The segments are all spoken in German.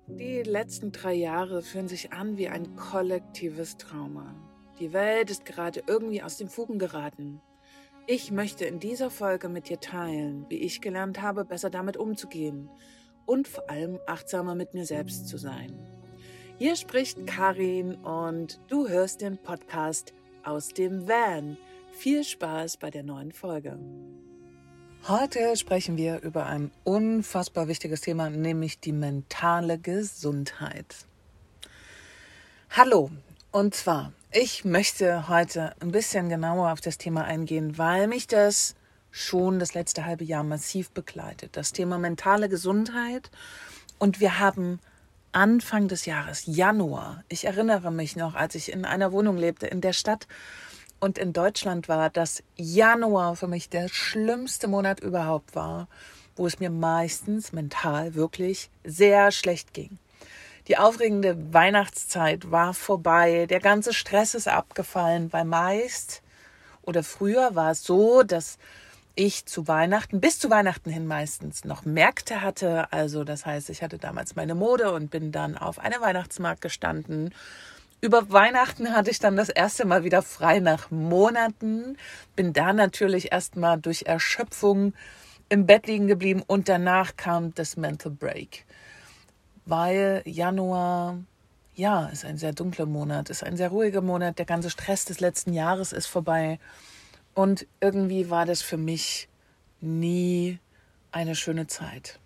Die letzten 3 Jahre fühlen sich an wie ein kollektives Trauma. Die Welt ist gerade irgendwie aus den Fugen geraten. Ich möchte in dieser Folge mit dir teilen, wie ich gelernt habe, besser damit umzugehen und vor allem achtsamer mit mir selbst zu sein. Hier spricht Karin und du hörst den Podcast aus dem Van. Viel Spaß bei der neuen Folge. Heute sprechen wir über ein unfassbar wichtiges Thema, nämlich die mentale Gesundheit. Hallo, und zwar, ich möchte heute ein bisschen genauer auf das Thema eingehen, weil mich das schon das letzte halbe Jahr massiv begleitet. Das Thema mentale Gesundheit. Und wir haben Anfang des Jahres, Januar, ich erinnere mich noch, als ich in einer Wohnung lebte in der Stadt und in Deutschland war, dass Januar für mich der schlimmste Monat überhaupt war, wo es mir meistens mental wirklich sehr schlecht ging. Die aufregende Weihnachtszeit war vorbei, der ganze Stress ist abgefallen, weil meist oder früher war es so, dass ich bis zu Weihnachten hin meistens noch Märkte hatte. Also das heißt, ich hatte damals meine Mode und bin dann auf einem Weihnachtsmarkt gestanden. Über Weihnachten hatte ich dann das erste Mal wieder frei nach Monaten. Bin da natürlich erstmal durch Erschöpfung im Bett liegen geblieben und danach kam das Mental Break. Weil Januar, ja, ist ein sehr dunkler Monat, ist ein sehr ruhiger Monat. Der ganze Stress des letzten Jahres ist vorbei. Und irgendwie war das für mich nie eine schöne Zeit.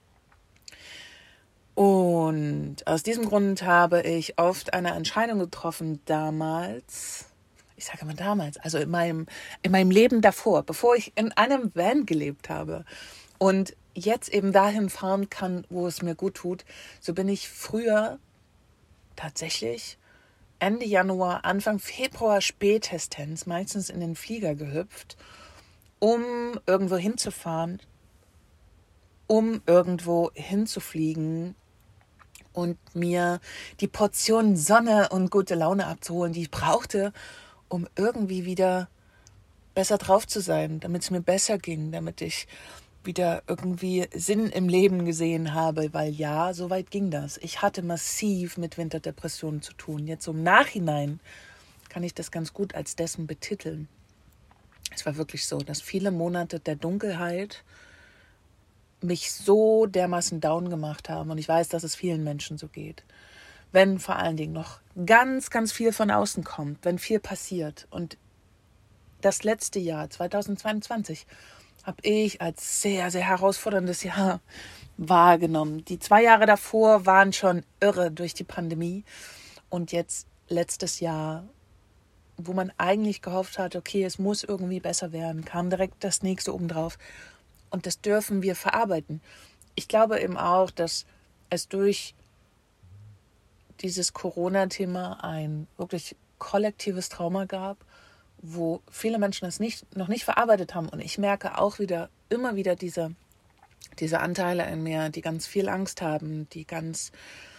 Und aus diesem Grund habe ich oft eine Entscheidung getroffen damals, ich sage immer damals, also in meinem Leben davor, bevor ich in einem Van gelebt habe und jetzt eben dahin fahren kann, wo es mir gut tut, so bin ich früher tatsächlich Ende Januar, Anfang Februar spätestens meistens in den Flieger gehüpft, um irgendwo hinzufahren, um irgendwo hinzufliegen und mir die Portion Sonne und gute Laune abzuholen, die ich brauchte, um irgendwie wieder besser drauf zu sein, damit es mir besser ging, damit ich wieder irgendwie Sinn im Leben gesehen habe, weil ja, so weit ging das. Ich hatte massiv mit Winterdepressionen zu tun. Jetzt so im Nachhinein kann ich das ganz gut als dessen betiteln. Es war wirklich so, dass viele Monate der Dunkelheit mich so dermaßen down gemacht haben. Und ich weiß, dass es vielen Menschen so geht. Wenn vor allen Dingen noch ganz, ganz viel von außen kommt, wenn viel passiert. Und das letzte Jahr, 2022, habe ich als sehr, sehr herausforderndes Jahr wahrgenommen. Die 2 Jahre davor waren schon irre durch die Pandemie. Und jetzt letztes Jahr, wo man eigentlich gehofft hat, okay, es muss irgendwie besser werden, kam direkt das nächste obendrauf. Und das dürfen wir verarbeiten. Ich glaube eben auch, dass es durch dieses Corona-Thema ein wirklich kollektives Trauma gab, wo viele Menschen es noch nicht verarbeitet haben. Und ich merke auch immer wieder diese Anteile in mir, die ganz viel Angst haben, die ganz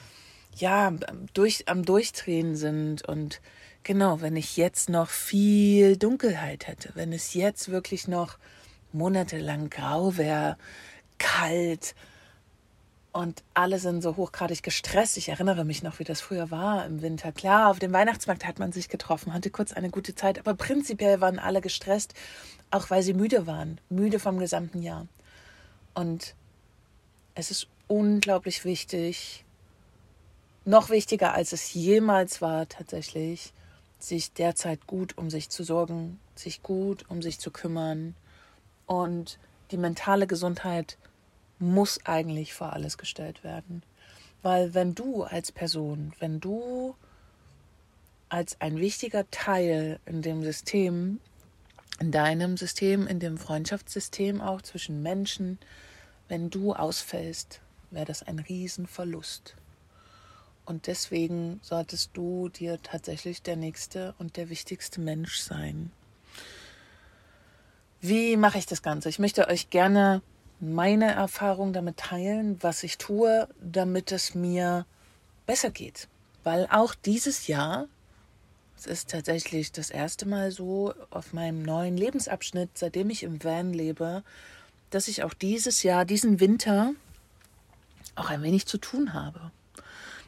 am Durchdrehen sind. Und genau, wenn ich jetzt noch viel Dunkelheit hätte, wenn es jetzt wirklich noch monatelang grau wäre, kalt und alle sind so hochgradig gestresst. Ich erinnere mich noch, wie das früher war im Winter. Klar, auf dem Weihnachtsmarkt hat man sich getroffen, hatte kurz eine gute Zeit, aber prinzipiell waren alle gestresst, auch weil sie müde waren, müde vom gesamten Jahr. Und es ist unglaublich wichtig, noch wichtiger als es jemals war tatsächlich, sich derzeit gut um sich zu sorgen, sich gut um sich zu kümmern. Und die mentale Gesundheit muss eigentlich vor alles gestellt werden. Weil wenn du als Person, wenn du als ein wichtiger Teil in dem System, in deinem System, in dem Freundschaftssystem auch zwischen Menschen, wenn du ausfällst, wäre das ein Riesenverlust. Und deswegen solltest du dir tatsächlich der nächste und der wichtigste Mensch sein. Wie mache ich das Ganze? Ich möchte euch gerne meine Erfahrung damit teilen, was ich tue, damit es mir besser geht. Weil auch dieses Jahr, es ist tatsächlich das erste Mal so auf meinem neuen Lebensabschnitt, seitdem ich im Van lebe, dass ich auch dieses Jahr, diesen Winter, auch ein wenig zu tun habe.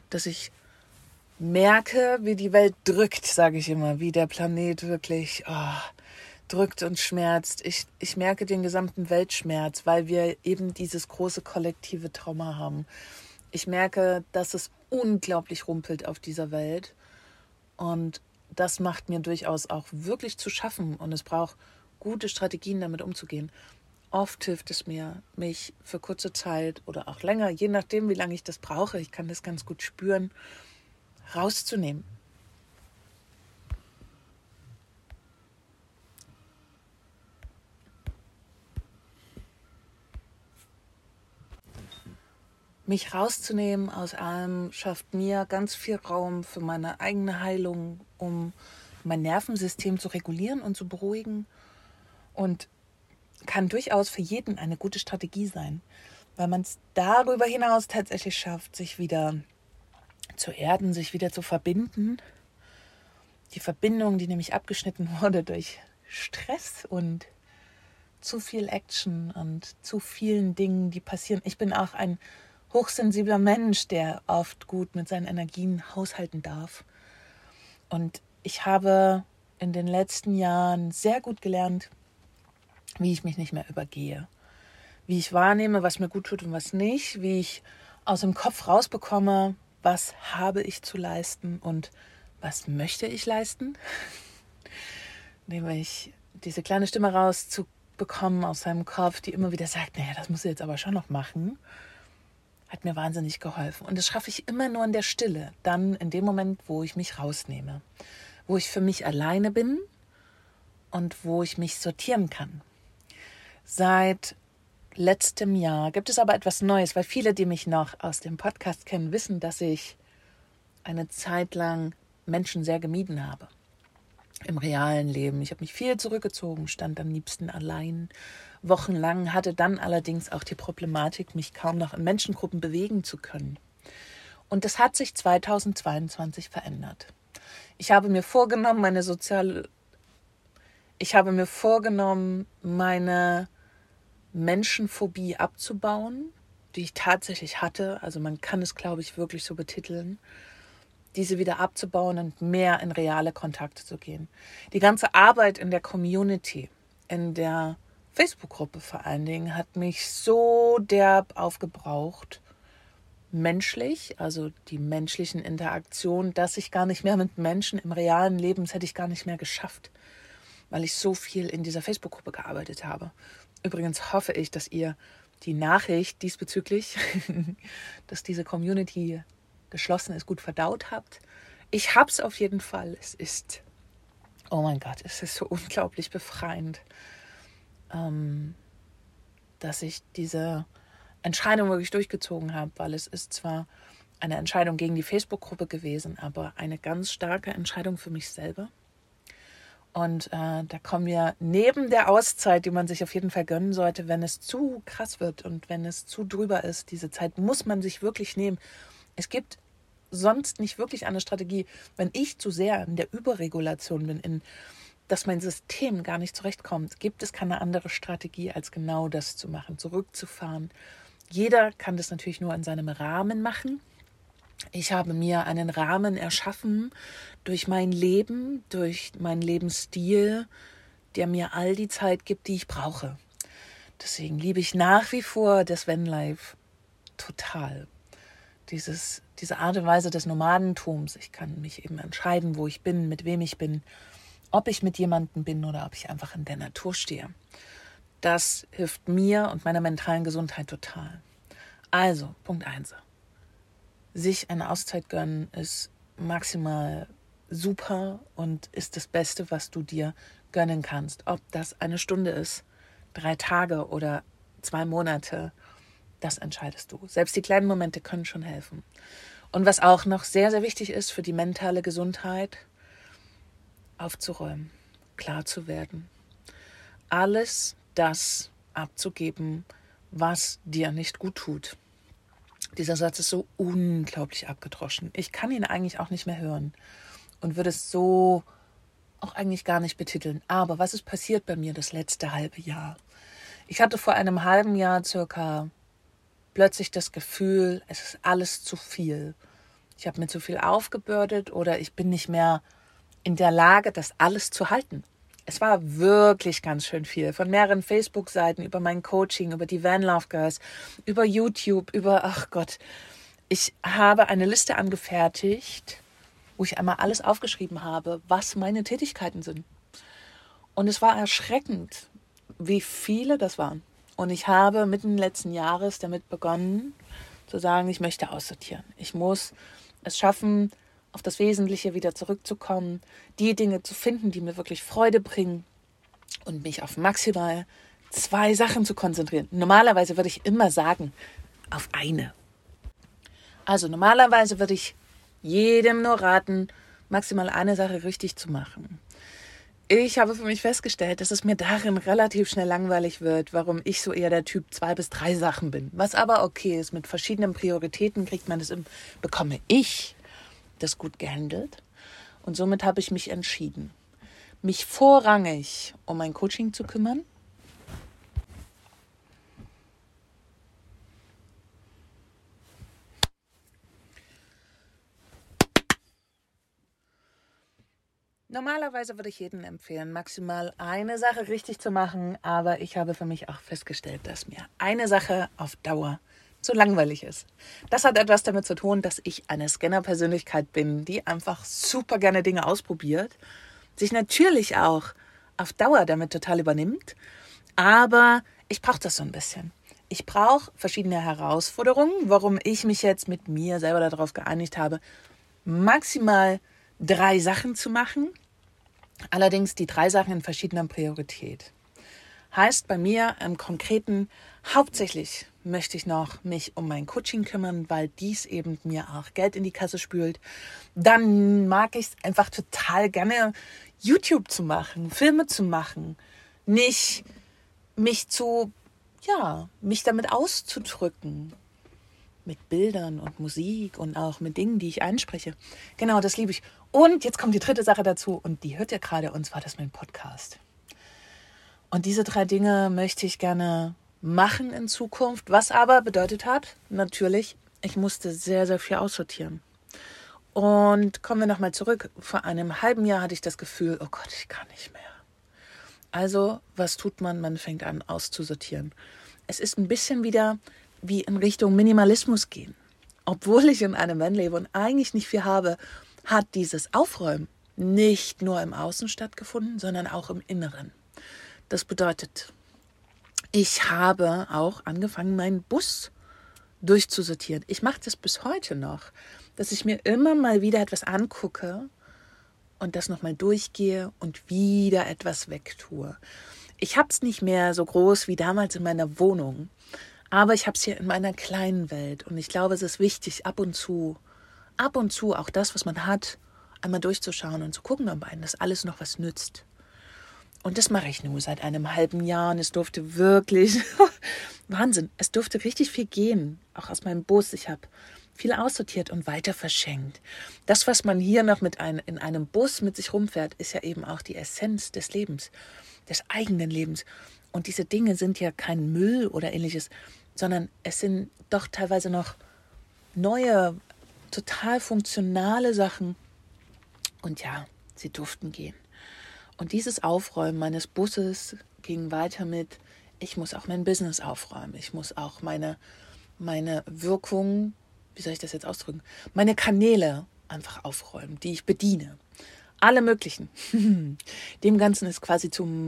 dass ich merke, wie die Welt drückt, sage ich immer, wie der Planet wirklich drückt und schmerzt. Ich merke den gesamten Weltschmerz, weil wir eben dieses große kollektive Trauma haben. Ich merke, dass es unglaublich rumpelt auf dieser Welt und das macht mir durchaus auch wirklich zu schaffen und es braucht gute Strategien, damit umzugehen. Oft hilft es mir, mich für kurze Zeit oder auch länger, je nachdem, wie lange ich das brauche, ich kann das ganz gut spüren, rauszunehmen. Mich rauszunehmen aus allem schafft mir ganz viel Raum für meine eigene Heilung, um mein Nervensystem zu regulieren und zu beruhigen und kann durchaus für jeden eine gute Strategie sein, weil man es darüber hinaus tatsächlich schafft, sich wieder zu erden, sich wieder zu verbinden. Die Verbindung, die nämlich abgeschnitten wurde durch Stress und zu viel Action und zu vielen Dingen, die passieren. Ich bin auch ein hochsensibler Mensch, der oft gut mit seinen Energien haushalten darf. Und ich habe in den letzten Jahren sehr gut gelernt, wie ich mich nicht mehr übergehe. Wie ich wahrnehme, was mir gut tut und was nicht. Wie ich aus dem Kopf rausbekomme, was habe ich zu leisten und was möchte ich leisten. Nämlich diese kleine Stimme rauszubekommen aus seinem Kopf, die immer wieder sagt, naja, das musst du jetzt aber schon noch machen. Hat mir wahnsinnig geholfen. Und das schaffe ich immer nur in der Stille. Dann in dem Moment, wo ich mich rausnehme. Wo ich für mich alleine bin und wo ich mich sortieren kann. Seit letztem Jahr gibt es aber etwas Neues, weil viele, die mich noch aus dem Podcast kennen, wissen, dass ich eine Zeit lang Menschen sehr gemieden habe. Im realen Leben. Ich habe mich viel zurückgezogen, stand am liebsten allein, wochenlang, hatte dann allerdings auch die Problematik, mich kaum noch in Menschengruppen bewegen zu können. Und das hat sich 2022 verändert. Ich habe mir vorgenommen, meine Menschenphobie abzubauen, die ich tatsächlich hatte. Also man kann es, glaube ich, wirklich so betiteln. Diese wieder abzubauen und mehr in reale Kontakte zu gehen. Die ganze Arbeit in der Community, in der Facebook-Gruppe vor allen Dingen, hat mich so derb aufgebraucht, menschlich, also die menschlichen Interaktionen, dass ich gar nicht mehr mit Menschen im realen Leben, das hätte ich gar nicht mehr geschafft, weil ich so viel in dieser Facebook-Gruppe gearbeitet habe. Übrigens hoffe ich, dass ihr die Nachricht diesbezüglich, dass diese Community geschlossen ist, gut verdaut habt. Ich habe es auf jeden Fall. Es ist, oh mein Gott, es ist so unglaublich befreiend, dass ich diese Entscheidung wirklich durchgezogen habe, weil es ist zwar eine Entscheidung gegen die Facebook-Gruppe gewesen, aber eine ganz starke Entscheidung für mich selber. Und da kommen wir neben der Auszeit, die man sich auf jeden Fall gönnen sollte, wenn es zu krass wird und wenn es zu drüber ist, diese Zeit muss man sich wirklich nehmen. Es gibt sonst nicht wirklich eine Strategie, wenn ich zu sehr in der Überregulation bin, dass mein System gar nicht zurechtkommt, gibt es keine andere Strategie, als genau das zu machen, zurückzufahren. Jeder kann das natürlich nur in seinem Rahmen machen. Ich habe mir einen Rahmen erschaffen durch mein Leben, durch meinen Lebensstil, der mir all die Zeit gibt, die ich brauche. Deswegen liebe ich nach wie vor das Vanlife total. Diese Art und Weise des Nomadentums. Ich kann mich eben entscheiden, wo ich bin, mit wem ich bin, ob ich mit jemandem bin oder ob ich einfach in der Natur stehe. Das hilft mir und meiner mentalen Gesundheit total. Also, Punkt 1. Sich eine Auszeit gönnen ist maximal super und ist das Beste, was du dir gönnen kannst. Ob das eine Stunde ist, 3 Tage oder 2 Monate, das entscheidest du. Selbst die kleinen Momente können schon helfen. Und was auch noch sehr, sehr wichtig ist für die mentale Gesundheit, aufzuräumen, klar zu werden. Alles das abzugeben, was dir nicht gut tut. Dieser Satz ist so unglaublich abgedroschen. Ich kann ihn eigentlich auch nicht mehr hören und würde es so auch eigentlich gar nicht betiteln. Aber was ist passiert bei mir das letzte halbe Jahr? Ich hatte vor einem halben Jahr circa plötzlich das Gefühl, es ist alles zu viel. ich habe mir zu viel aufgebürdet oder ich bin nicht mehr in der Lage, das alles zu halten. Es war wirklich ganz schön viel. Von mehreren Facebook-Seiten, über mein Coaching, über die Van Love Girls, über YouTube, ach Gott. Ich habe eine Liste angefertigt, wo ich einmal alles aufgeschrieben habe, was meine Tätigkeiten sind. Und es war erschreckend, wie viele das waren. Und ich habe mitten letzten Jahres damit begonnen, zu sagen, ich möchte aussortieren. Ich muss es schaffen, auf das Wesentliche wieder zurückzukommen, die Dinge zu finden, die mir wirklich Freude bringen und mich auf maximal 2 Sachen zu konzentrieren. Normalerweise würde ich immer sagen, auf eine. Also normalerweise würde ich jedem nur raten, maximal eine Sache richtig zu machen. Ich habe für mich festgestellt, dass es mir darin relativ schnell langweilig wird, warum ich so eher der Typ 2 bis 3 Sachen bin. Was aber okay ist, mit verschiedenen Prioritäten bekomme ich das gut gehandelt. Und somit habe ich mich entschieden, mich vorrangig um mein Coaching zu kümmern. Normalerweise würde ich jedem empfehlen, maximal eine Sache richtig zu machen, aber ich habe für mich auch festgestellt, dass mir eine Sache auf Dauer zu langweilig ist. Das hat etwas damit zu tun, dass ich eine Scanner-Persönlichkeit bin, die einfach super gerne Dinge ausprobiert, sich natürlich auch auf Dauer damit total übernimmt, aber ich brauche das so ein bisschen. Ich brauche verschiedene Herausforderungen, warum ich mich jetzt mit mir selber darauf geeinigt habe, maximal 3 Sachen zu machen, allerdings die 3 Sachen in verschiedener Priorität. Heißt bei mir im Konkreten, hauptsächlich möchte ich noch mich um mein Coaching kümmern, weil dies eben mir auch Geld in die Kasse spült. Dann mag ich es einfach total gerne, YouTube zu machen, Filme zu machen, nicht mich damit auszudrücken. Mit Bildern und Musik und auch mit Dingen, die ich einspreche. Genau, das liebe ich. Und jetzt kommt die 3. Sache dazu und die hört ihr gerade, und zwar das ist mein Podcast. Und diese 3 Dinge möchte ich gerne machen in Zukunft, was aber bedeutet hat, natürlich, ich musste sehr, sehr viel aussortieren. Und kommen wir nochmal zurück. Vor einem halben Jahr hatte ich das Gefühl, oh Gott, ich kann nicht mehr. Also, was tut man? Man fängt an auszusortieren. Es ist ein bisschen wieder wie in Richtung Minimalismus gehen. Obwohl ich in einem Van lebe und eigentlich nicht viel habe, hat dieses Aufräumen nicht nur im Außen stattgefunden, sondern auch im Inneren. Das bedeutet, ich habe auch angefangen, meinen Bus durchzusortieren. Ich mache das bis heute noch, dass ich mir immer mal wieder etwas angucke und das nochmal durchgehe und wieder etwas wegtue. Ich habe es nicht mehr so groß wie damals in meiner Wohnung, aber ich habe es hier in meiner kleinen Welt. Und ich glaube, es ist wichtig, ab und zu auch das, was man hat, einmal durchzuschauen und zu gucken, ob einem das alles noch was nützt. Und das mache ich nun seit einem halben Jahr und es durfte wirklich, Wahnsinn, es durfte richtig viel gehen, auch aus meinem Bus. Ich habe viel aussortiert und weiter verschenkt. Das, was man hier noch in einem Bus mit sich rumfährt, ist ja eben auch die Essenz des Lebens, des eigenen Lebens. Und diese Dinge sind ja kein Müll oder ähnliches, sondern es sind doch teilweise noch neue, total funktionale Sachen. Und ja, sie durften gehen. Und dieses Aufräumen meines Busses ging weiter mit, ich muss auch mein Business aufräumen. Ich muss auch meine Wirkung, wie soll ich das jetzt ausdrücken, meine Kanäle einfach aufräumen, die ich bediene. Alle möglichen. Dem Ganzen ist quasi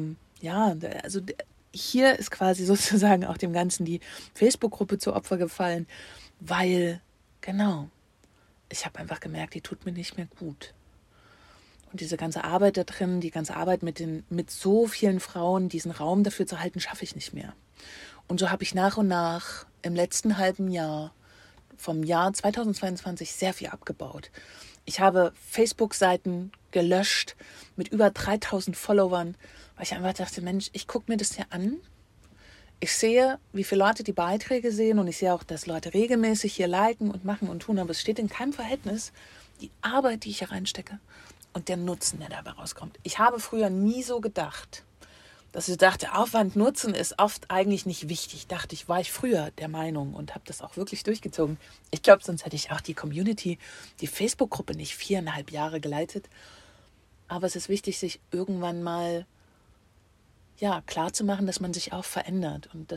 hier ist quasi sozusagen auch dem Ganzen die Facebook-Gruppe zu Opfer gefallen, weil, genau, ich habe einfach gemerkt, die tut mir nicht mehr gut. Und diese ganze Arbeit da drin, die ganze Arbeit mit so vielen Frauen, diesen Raum dafür zu halten, schaffe ich nicht mehr. Und so habe ich nach und nach im letzten halben Jahr, vom Jahr 2022, sehr viel abgebaut. Ich habe Facebook-Seiten gelöscht mit über 3000 Followern, weil ich einfach dachte, Mensch, ich gucke mir das hier an. Ich sehe, wie viele Leute die Beiträge sehen und ich sehe auch, dass Leute regelmäßig hier liken und machen und tun, aber es steht in keinem Verhältnis die Arbeit, die ich hier reinstecke und der Nutzen, der dabei rauskommt. Ich habe früher nie so gedacht, dass ich dachte, Aufwand Nutzen ist oft eigentlich nicht wichtig. War ich früher der Meinung und habe das auch wirklich durchgezogen. Ich glaube, sonst hätte ich auch die Community, die Facebook-Gruppe nicht 4,5 Jahre geleitet. Aber es ist wichtig, sich irgendwann mal klar zu machen, dass man sich auch verändert. Und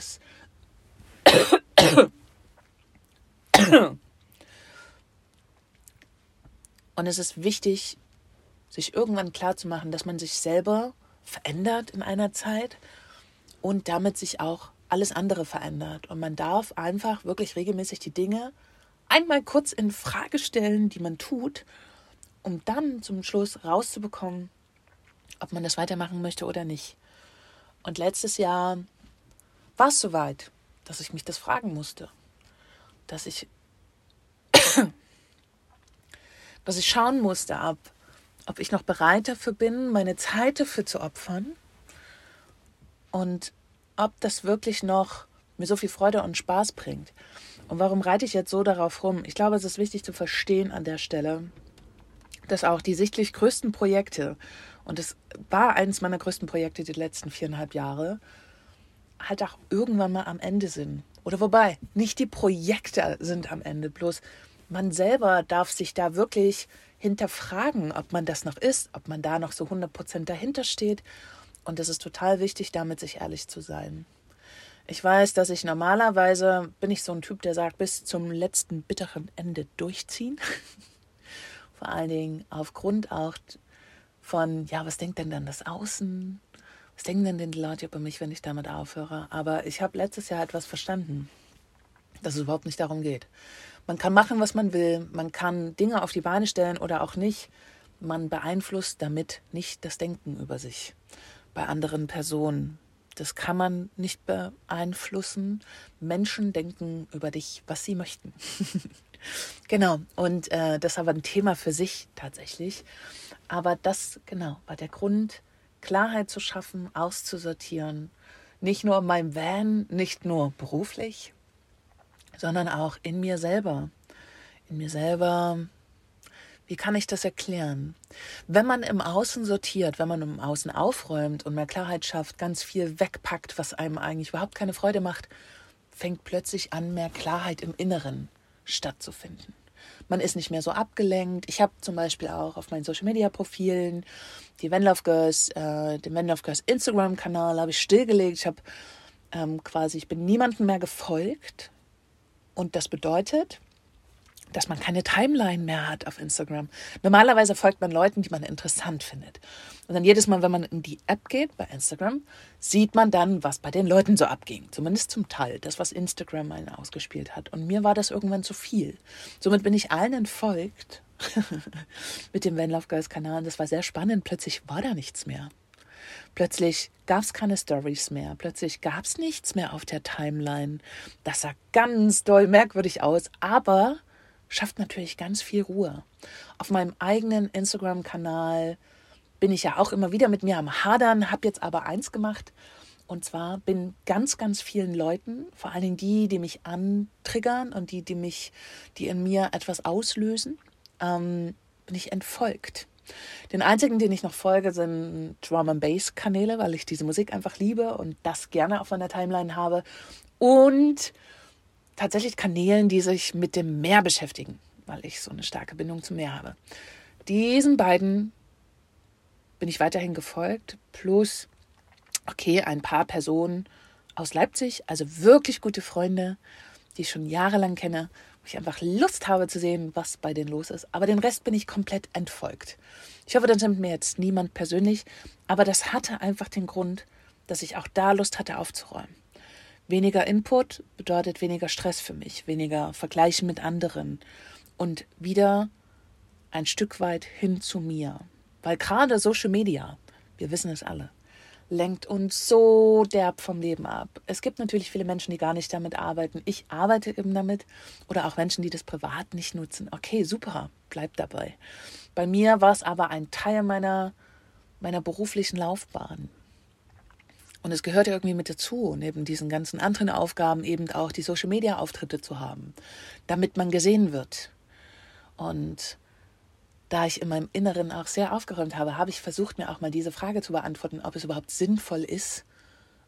es ist wichtig, sich irgendwann klar zu machen, dass man sich selber verändert in einer Zeit und damit sich auch alles andere verändert. Und man darf einfach wirklich regelmäßig die Dinge einmal kurz in Frage stellen, die man tut, um dann zum Schluss rauszubekommen, ob man das weitermachen möchte oder nicht. Und letztes Jahr war es soweit, dass ich mich das fragen musste. Dass ich schauen musste, ob ich noch bereit dafür bin, meine Zeit dafür zu opfern und ob das wirklich noch mir so viel Freude und Spaß bringt. Und warum reite ich jetzt so darauf rum? Ich glaube, es ist wichtig zu verstehen an der Stelle, dass auch die sichtlich größten Projekte, und es war eines meiner größten Projekte die letzten 4,5 Jahre, halt auch irgendwann mal am Ende sind. Oder wobei, nicht die Projekte sind am Ende, bloß man selber darf sich da wirklich hinterfragen, ob man das noch ist, ob man da noch so 100% dahinter steht. Und es ist total wichtig, damit sich ehrlich zu sein. Ich weiß, dass ich normalerweise, bin ich so ein Typ, der sagt, bis zum letzten bitteren Ende durchziehen. Vor allen Dingen aufgrund auch von, was denkt denn dann das Außen? Was denken denn die Leute über mich, wenn ich damit aufhöre? Aber ich habe letztes Jahr etwas verstanden, dass es überhaupt nicht darum geht. Man kann machen, was man will. Man kann Dinge auf die Beine stellen oder auch nicht. Man beeinflusst damit nicht das Denken über sich bei anderen Personen. Das kann man nicht beeinflussen. Menschen denken über dich, was sie möchten. Genau. Und das ist aber ein Thema für sich tatsächlich. Aber das, war der Grund, Klarheit zu schaffen, auszusortieren. Nicht nur in meinem Van, nicht nur beruflich, sondern auch in mir selber. In mir selber, wie kann ich das erklären? Wenn man im Außen sortiert, wenn man im Außen aufräumt und mehr Klarheit schafft, ganz viel wegpackt, was einem eigentlich überhaupt keine Freude macht, fängt plötzlich an, mehr Klarheit im Inneren stattzufinden. Man ist nicht mehr so abgelenkt. Ich habe zum Beispiel auch auf meinen Social-Media-Profilen den Van Love Girls Instagram-Kanal habe ich stillgelegt. Ich habe ich bin niemandem mehr gefolgt. Und das bedeutet, dass man keine Timeline mehr hat auf Instagram. Normalerweise folgt man Leuten, die man interessant findet. Und dann jedes Mal, wenn man in die App geht, bei Instagram, sieht man dann, was bei den Leuten so abging. Zumindest zum Teil, das, was Instagram einen ausgespielt hat. Und mir war das irgendwann zu viel. Somit bin ich allen entfolgt mit dem Van Love Girls Kanal. Das war sehr spannend. Plötzlich war da nichts mehr. Plötzlich gab es keine Stories mehr. Plötzlich gab es nichts mehr auf der Timeline. Das sah ganz doll merkwürdig aus, aber schafft natürlich ganz viel Ruhe. Auf meinem eigenen Instagram-Kanal bin ich ja auch immer wieder mit mir am Hadern, habe jetzt aber eins gemacht. Und zwar bin ganz, ganz vielen Leuten, vor allen Dingen die mich antriggern und die in mir etwas auslösen, bin ich entfolgt. Den einzigen, den ich noch folge, sind Drum-and-Bass-Kanäle, weil ich diese Musik einfach liebe und das gerne auf meiner Timeline habe. Und tatsächlich Kanälen, die sich mit dem Meer beschäftigen, weil ich so eine starke Bindung zum Meer habe. Diesen beiden bin ich weiterhin gefolgt, plus, ein paar Personen aus Leipzig, also wirklich gute Freunde, die ich schon jahrelang kenne, wo ich einfach Lust habe zu sehen, was bei denen los ist. Aber den Rest bin ich komplett entfolgt. Ich hoffe, das nimmt mir jetzt niemand persönlich, aber das hatte einfach den Grund, dass ich auch da Lust hatte aufzuräumen. Weniger Input bedeutet weniger Stress für mich, weniger Vergleichen mit anderen und wieder ein Stück weit hin zu mir. Weil gerade Social Media, wir wissen es alle, lenkt uns so derb vom Leben ab. Es gibt natürlich viele Menschen, die gar nicht damit arbeiten. Ich arbeite eben damit. Oder auch Menschen, die das privat nicht nutzen. Okay, super, bleib dabei. Bei mir war es aber ein Teil meiner beruflichen Laufbahn. Und es gehört irgendwie mit dazu, neben diesen ganzen anderen Aufgaben eben auch die Social-Media-Auftritte zu haben, damit man gesehen wird. Und da ich in meinem Inneren auch sehr aufgeräumt habe, habe ich versucht, mir auch mal diese Frage zu beantworten, ob es überhaupt sinnvoll ist,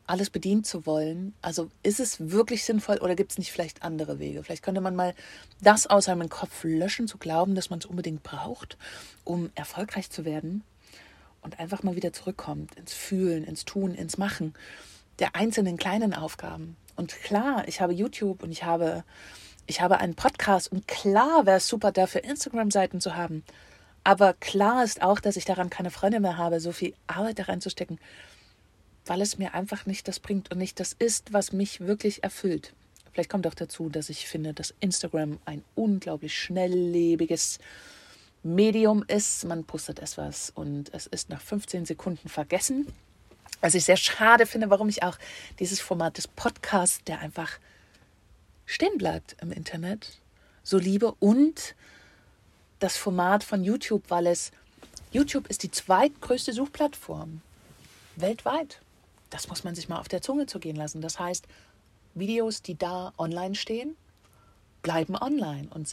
alles bedient zu wollen. Also ist es wirklich sinnvoll oder gibt es nicht vielleicht andere Wege? Vielleicht könnte man mal das aus seinem Kopf löschen, zu glauben, dass man es unbedingt braucht, um erfolgreich zu werden und einfach mal wieder zurückkommt ins Fühlen, ins Tun, ins Machen der einzelnen kleinen Aufgaben. Und klar, ich habe YouTube und ich habe einen Podcast und klar wäre es super, dafür Instagram-Seiten zu haben. Aber klar ist auch, dass ich daran keine Freude mehr habe, so viel Arbeit da reinzustecken, weil es mir einfach nicht das bringt und nicht das ist, was mich wirklich erfüllt. Vielleicht kommt auch dazu, dass ich finde, dass Instagram ein unglaublich schnelllebiges Medium ist. Man postet etwas und es ist nach 15 Sekunden vergessen. Was ich sehr schade finde, warum ich auch dieses Format des Podcasts, der einfach stehen bleibt im Internet, so liebe. Und das Format von YouTube, weil YouTube ist die zweitgrößte Suchplattform weltweit. Das muss man sich mal auf der Zunge zergehen lassen. Das heißt, Videos, die da online stehen, bleiben online und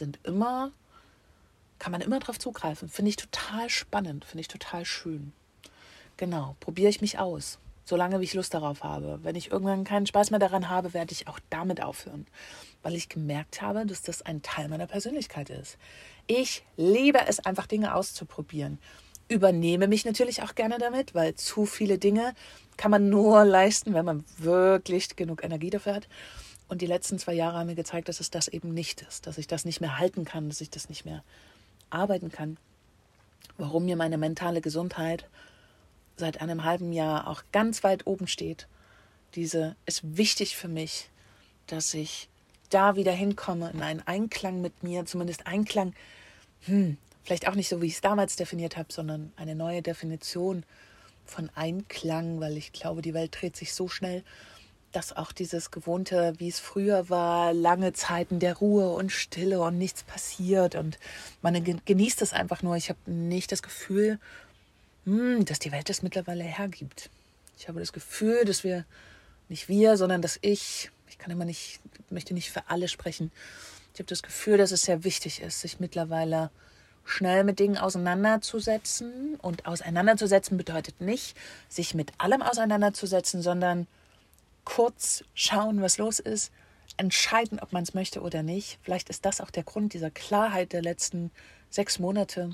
kann man immer drauf zugreifen. Finde ich total spannend, finde ich total schön. Genau, probiere ich mich aus, solange wie ich Lust darauf habe. Wenn ich irgendwann keinen Spaß mehr daran habe, werde ich auch damit aufhören, weil ich gemerkt habe, dass das ein Teil meiner Persönlichkeit ist. Ich liebe es, einfach Dinge auszuprobieren. Übernehme mich natürlich auch gerne damit, weil zu viele Dinge kann man nur leisten, wenn man wirklich genug Energie dafür hat. Und die letzten 2 Jahre haben mir gezeigt, dass es das eben nicht ist, dass ich das nicht mehr halten kann, dass ich das nicht mehr arbeiten kann. Warum mir meine mentale Gesundheit seit einem halben Jahr auch ganz weit oben steht. Diese ist wichtig für mich, dass ich da wieder hinkomme in einen Einklang mit mir, zumindest Einklang, vielleicht auch nicht so, wie ich es damals definiert habe, sondern eine neue Definition von Einklang, weil ich glaube, die Welt dreht sich so schnell, dass auch dieses Gewohnte, wie es früher war, lange Zeiten der Ruhe und Stille und nichts passiert und man genießt es einfach nur. Ich habe nicht das Gefühl, dass die Welt das mittlerweile hergibt. Ich habe das Gefühl, dass sondern dass ich möchte nicht für alle sprechen. Ich habe das Gefühl, dass es sehr wichtig ist, sich mittlerweile schnell mit Dingen auseinanderzusetzen. Und auseinanderzusetzen bedeutet nicht, sich mit allem auseinanderzusetzen, sondern kurz schauen, was los ist, entscheiden, ob man es möchte oder nicht. Vielleicht ist das auch der Grund dieser Klarheit der letzten 6 Monate.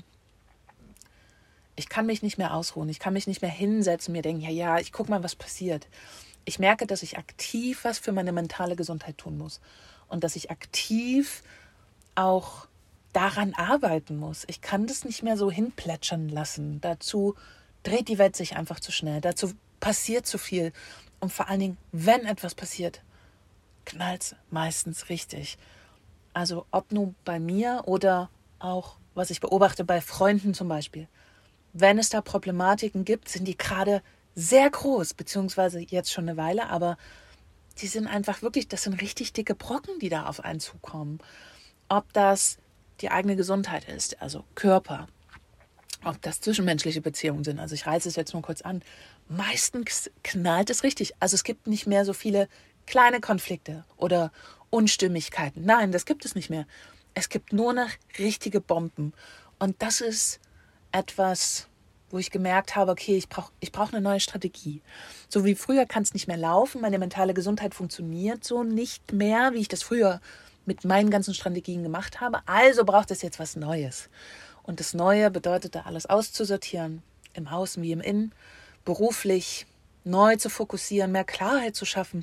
Ich kann mich nicht mehr ausruhen, ich kann mich nicht mehr hinsetzen, mir denken, ja, ich gucke mal, was passiert. Ich merke, dass ich aktiv was für meine mentale Gesundheit tun muss und dass ich aktiv auch daran arbeiten muss. Ich kann das nicht mehr so hinplätschern lassen. Dazu dreht die Welt sich einfach zu schnell, dazu passiert zu viel. Und vor allen Dingen, wenn etwas passiert, knallt es meistens richtig. Also ob nun bei mir oder auch, was ich beobachte bei Freunden zum Beispiel. Wenn es da Problematiken gibt, sind die gerade sehr groß, beziehungsweise jetzt schon eine Weile, aber die sind einfach wirklich, das sind richtig dicke Brocken, die da auf einen zukommen. Ob das die eigene Gesundheit ist, also Körper, ob das zwischenmenschliche Beziehungen sind, also ich reiße es jetzt nur kurz an, meistens knallt es richtig. Also es gibt nicht mehr so viele kleine Konflikte oder Unstimmigkeiten. Nein, das gibt es nicht mehr. Es gibt nur noch richtige Bomben. Und das ist etwas, wo ich gemerkt habe, okay, ich brauch eine neue Strategie. So wie früher kann es nicht mehr laufen, meine mentale Gesundheit funktioniert so nicht mehr, wie ich das früher mit meinen ganzen Strategien gemacht habe. Also braucht es jetzt was Neues. Und das Neue bedeutet da alles auszusortieren, im Außen wie im Innen, beruflich neu zu fokussieren, mehr Klarheit zu schaffen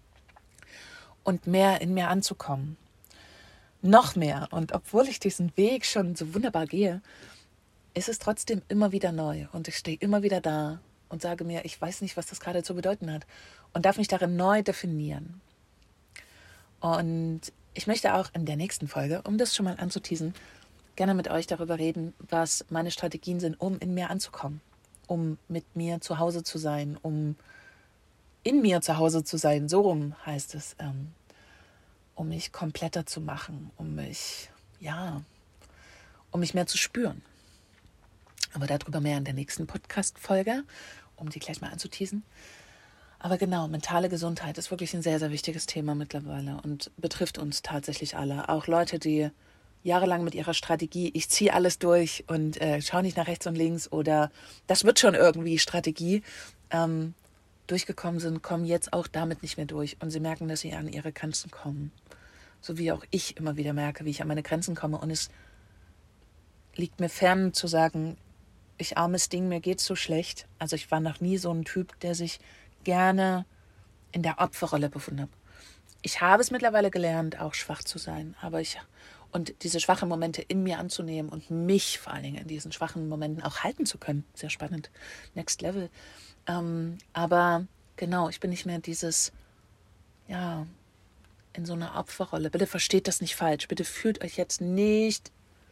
und mehr in mir anzukommen. Noch mehr. Und obwohl ich diesen Weg schon so wunderbar gehe, ist es trotzdem immer wieder neu. Und ich stehe immer wieder da und sage mir, ich weiß nicht, was das gerade zu bedeuten hat. Und darf mich darin neu definieren. Und ich möchte auch in der nächsten Folge, um das schon mal anzuteasen, gerne mit euch darüber reden, was meine Strategien sind, um in mir anzukommen. Um mit mir zu Hause zu sein, um in mir zu Hause zu sein, so rum heißt es, um mich kompletter zu machen, um mich mehr zu spüren. Aber darüber mehr in der nächsten Podcast-Folge, um die gleich mal anzuteasen. Aber genau, mentale Gesundheit ist wirklich ein sehr, sehr wichtiges Thema mittlerweile und betrifft uns tatsächlich alle. Auch Leute, die jahrelang mit ihrer Strategie, ich ziehe alles durch und schaue nicht nach rechts und links oder das wird schon irgendwie Strategie, durchgekommen sind, kommen jetzt auch damit nicht mehr durch. Und sie merken, dass sie an ihre Grenzen kommen. So wie auch ich immer wieder merke, wie ich an meine Grenzen komme. Und es liegt mir fern zu sagen, ich armes Ding, mir geht's so schlecht. Also ich war noch nie so ein Typ, der sich gerne in der Opferrolle befunden hat. Ich habe es mittlerweile gelernt, auch schwach zu sein. Und diese schwachen Momente in mir anzunehmen und mich vor allen Dingen in diesen schwachen Momenten auch halten zu können. Sehr spannend. Next Level. Aber genau, ich bin nicht mehr in so einer Opferrolle. Bitte versteht das nicht falsch. Bitte fühlt euch jetzt nicht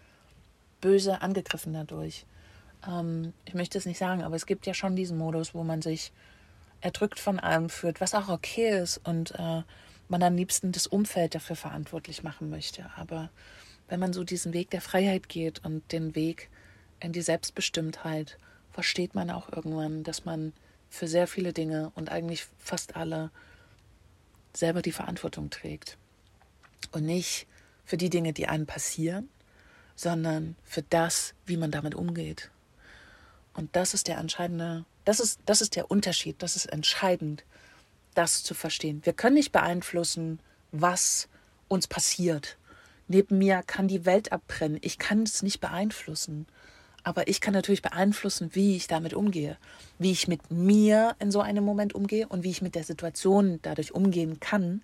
böse angegriffen dadurch. Ich möchte es nicht sagen, aber es gibt ja schon diesen Modus, wo man sich erdrückt von allem fühlt, was auch okay ist und man am liebsten das Umfeld dafür verantwortlich machen möchte. Aber wenn man so diesen Weg der Freiheit geht und den Weg in die Selbstbestimmtheit, versteht man auch irgendwann, dass man für sehr viele Dinge und eigentlich fast alle selber die Verantwortung trägt. Und nicht für die Dinge, die einem passieren, sondern für das, wie man damit umgeht. Und das ist der entscheidende, das ist der Unterschied, das ist entscheidend, das zu verstehen. Wir können nicht beeinflussen, was uns passiert. Neben mir kann die Welt abbrennen. Ich kann es nicht beeinflussen. Aber ich kann natürlich beeinflussen, wie ich damit umgehe. Wie ich mit mir in so einem Moment umgehe und wie ich mit der Situation dadurch umgehen kann.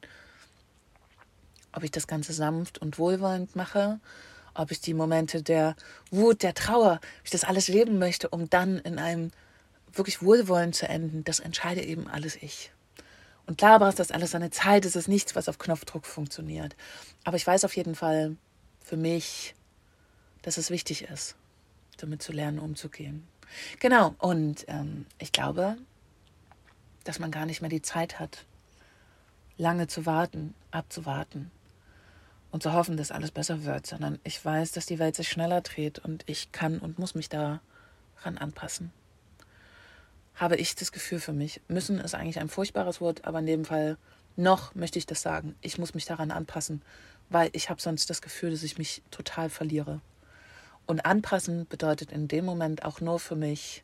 Ob ich das Ganze sanft und wohlwollend mache, ob ich die Momente der Wut, der Trauer, ob ich das alles leben möchte, um dann in einem wirklich wohlwollend zu enden, das entscheide eben alles ich. Und klar braucht das alles seine Zeit, es ist nichts, was auf Knopfdruck funktioniert. Aber ich weiß auf jeden Fall für mich, dass es wichtig ist, damit zu lernen, umzugehen. Genau, und ich glaube, dass man gar nicht mehr die Zeit hat, lange zu warten, abzuwarten und zu hoffen, dass alles besser wird, sondern ich weiß, dass die Welt sich schneller dreht und ich kann und muss mich daran anpassen. Habe ich das Gefühl für mich. Müssen ist eigentlich ein furchtbares Wort, aber in dem Fall noch möchte ich das sagen. Ich muss mich daran anpassen, weil ich habe sonst das Gefühl, dass ich mich total verliere. Und anpassen bedeutet in dem Moment auch nur für mich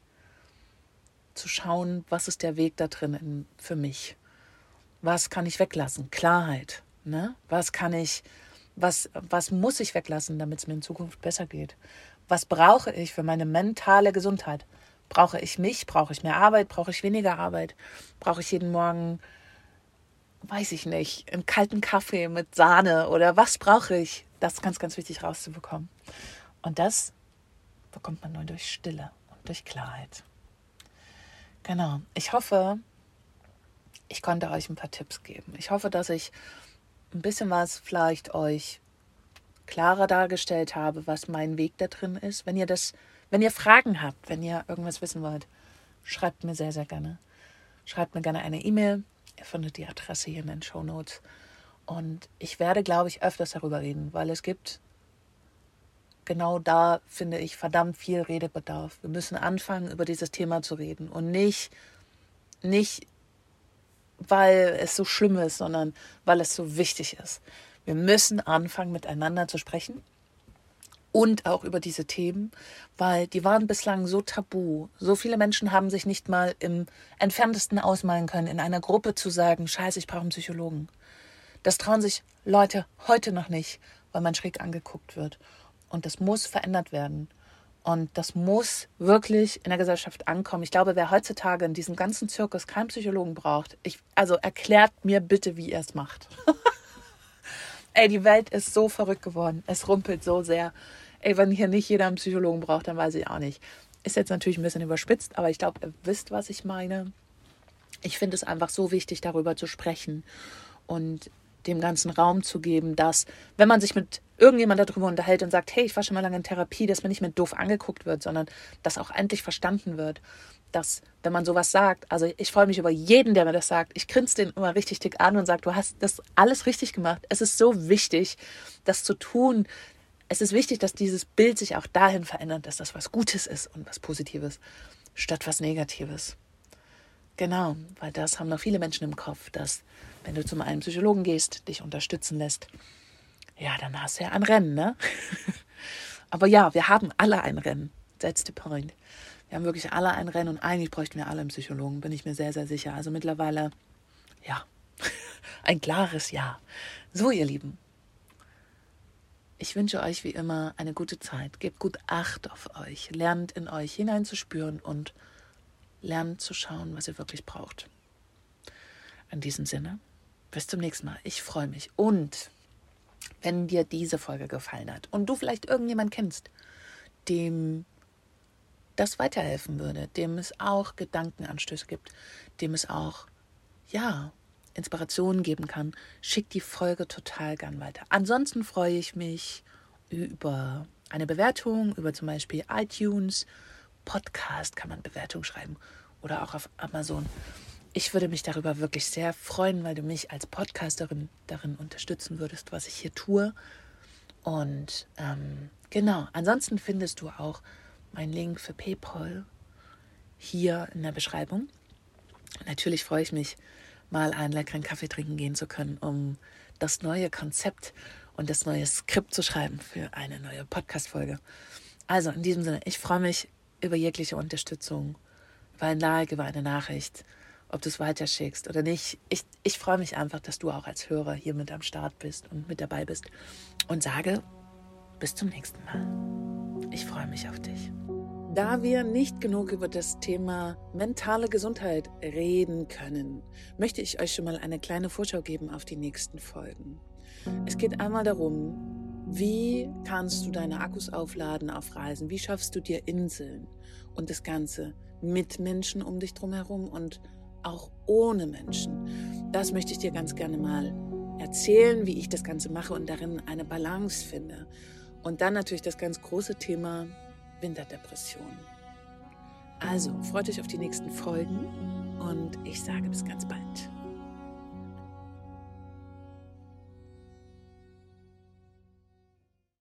zu schauen, was ist der Weg da drin für mich. Was kann ich weglassen? Klarheit. Ne? Was muss ich weglassen, damit es mir in Zukunft besser geht? Was brauche ich für meine mentale Gesundheit? Brauche ich mich? Brauche ich mehr Arbeit? Brauche ich weniger Arbeit? Brauche ich jeden Morgen, weiß ich nicht, einen kalten Kaffee mit Sahne? Oder was brauche ich? Das ist ganz, ganz wichtig rauszubekommen. Und das bekommt man nur durch Stille und durch Klarheit. Genau. Ich hoffe, ich konnte euch ein paar Tipps geben. Ich hoffe, dass ich ein bisschen was vielleicht euch klarer dargestellt habe, was mein Weg da drin ist. Wenn ihr Fragen habt, wenn ihr irgendwas wissen wollt, schreibt mir sehr, sehr gerne. Schreibt mir gerne eine E-Mail. Ihr findet die Adresse hier in den Shownotes. Und ich werde, glaube ich, öfters darüber reden, weil es gibt genau da, finde ich, verdammt viel Redebedarf. Wir müssen anfangen, über dieses Thema zu reden. Und nicht weil es so schlimm ist, sondern weil es so wichtig ist. Wir müssen anfangen, miteinander zu sprechen und auch über diese Themen, weil die waren bislang so tabu. So viele Menschen haben sich nicht mal im Entferntesten ausmalen können, in einer Gruppe zu sagen, Scheiße, ich brauche einen Psychologen. Das trauen sich Leute heute noch nicht, weil man schräg angeguckt wird. Und das muss verändert werden. Und das muss wirklich in der Gesellschaft ankommen. Ich glaube, wer heutzutage in diesem ganzen Zirkus keinen Psychologen braucht, also erklärt mir bitte, wie er es macht. Ey, die Welt ist so verrückt geworden. Es rumpelt so sehr. Ey, wenn hier nicht jeder einen Psychologen braucht, dann weiß ich auch nicht. Ist jetzt natürlich ein bisschen überspitzt, aber ich glaube, ihr wisst, was ich meine. Ich finde es einfach so wichtig, darüber zu sprechen und dem ganzen Raum zu geben, dass, wenn man sich mit irgendjemand darüber unterhält und sagt, hey, ich war schon mal lange in Therapie, dass man nicht mehr doof angeguckt wird, sondern dass auch endlich verstanden wird, dass, wenn man sowas sagt, also ich freue mich über jeden, der mir das sagt, ich grinse den immer richtig dick an und sage, du hast das alles richtig gemacht. Es ist so wichtig, das zu tun. Es ist wichtig, dass dieses Bild sich auch dahin verändert, dass das was Gutes ist und was Positives, statt was Negatives. Genau, weil das haben noch viele Menschen im Kopf, dass, wenn du zu einem Psychologen gehst, dich unterstützen lässt, ja, dann hast du ja ein Rennen, ne? Aber ja, wir haben alle ein Rennen. That's the point. Wir haben wirklich alle ein Rennen und eigentlich bräuchten wir alle einen Psychologen, bin ich mir sehr, sehr sicher. Also mittlerweile, ja, ein klares Ja. So, ihr Lieben, ich wünsche euch wie immer eine gute Zeit. Gebt gut Acht auf euch. Lernt in euch hineinzuspüren und lernt zu schauen, was ihr wirklich braucht. In diesem Sinne, bis zum nächsten Mal. Ich freue mich. Und wenn dir diese Folge gefallen hat und du vielleicht irgendjemanden kennst, dem das weiterhelfen würde, dem es auch Gedankenanstöße gibt, dem es auch, Inspirationen geben kann, schick die Folge total gern weiter. Ansonsten freue ich mich über eine Bewertung, über zum Beispiel iTunes, Podcast kann man Bewertung schreiben oder auch auf Amazon. Ich würde mich darüber wirklich sehr freuen, weil du mich als Podcasterin darin unterstützen würdest, was ich hier tue. Und genau, ansonsten findest du auch meinen Link für PayPal hier in der Beschreibung. Natürlich freue ich mich, mal einen leckeren Kaffee trinken gehen zu können, um das neue Konzept und das neue Skript zu schreiben für eine neue Podcast-Folge. Also in diesem Sinne, ich freue mich über jegliche Unterstützung, über ein Like, über eine Nachricht, ob du es weiterschickst oder nicht. Ich freue mich einfach, dass du auch als Hörer hier mit am Start bist und mit dabei bist und sage, bis zum nächsten Mal. Ich freue mich auf dich. Da wir nicht genug über das Thema mentale Gesundheit reden können, möchte ich euch schon mal eine kleine Vorschau geben auf die nächsten Folgen. Es geht einmal darum, wie kannst du deine Akkus aufladen auf Reisen? Wie schaffst du dir Inseln? Und das Ganze mit Menschen um dich drum herum und auch ohne Menschen. Das möchte ich dir ganz gerne mal erzählen, wie ich das Ganze mache und darin eine Balance finde. Und dann natürlich das ganz große Thema Winterdepression. Also, freut euch auf die nächsten Folgen und ich sage bis ganz bald.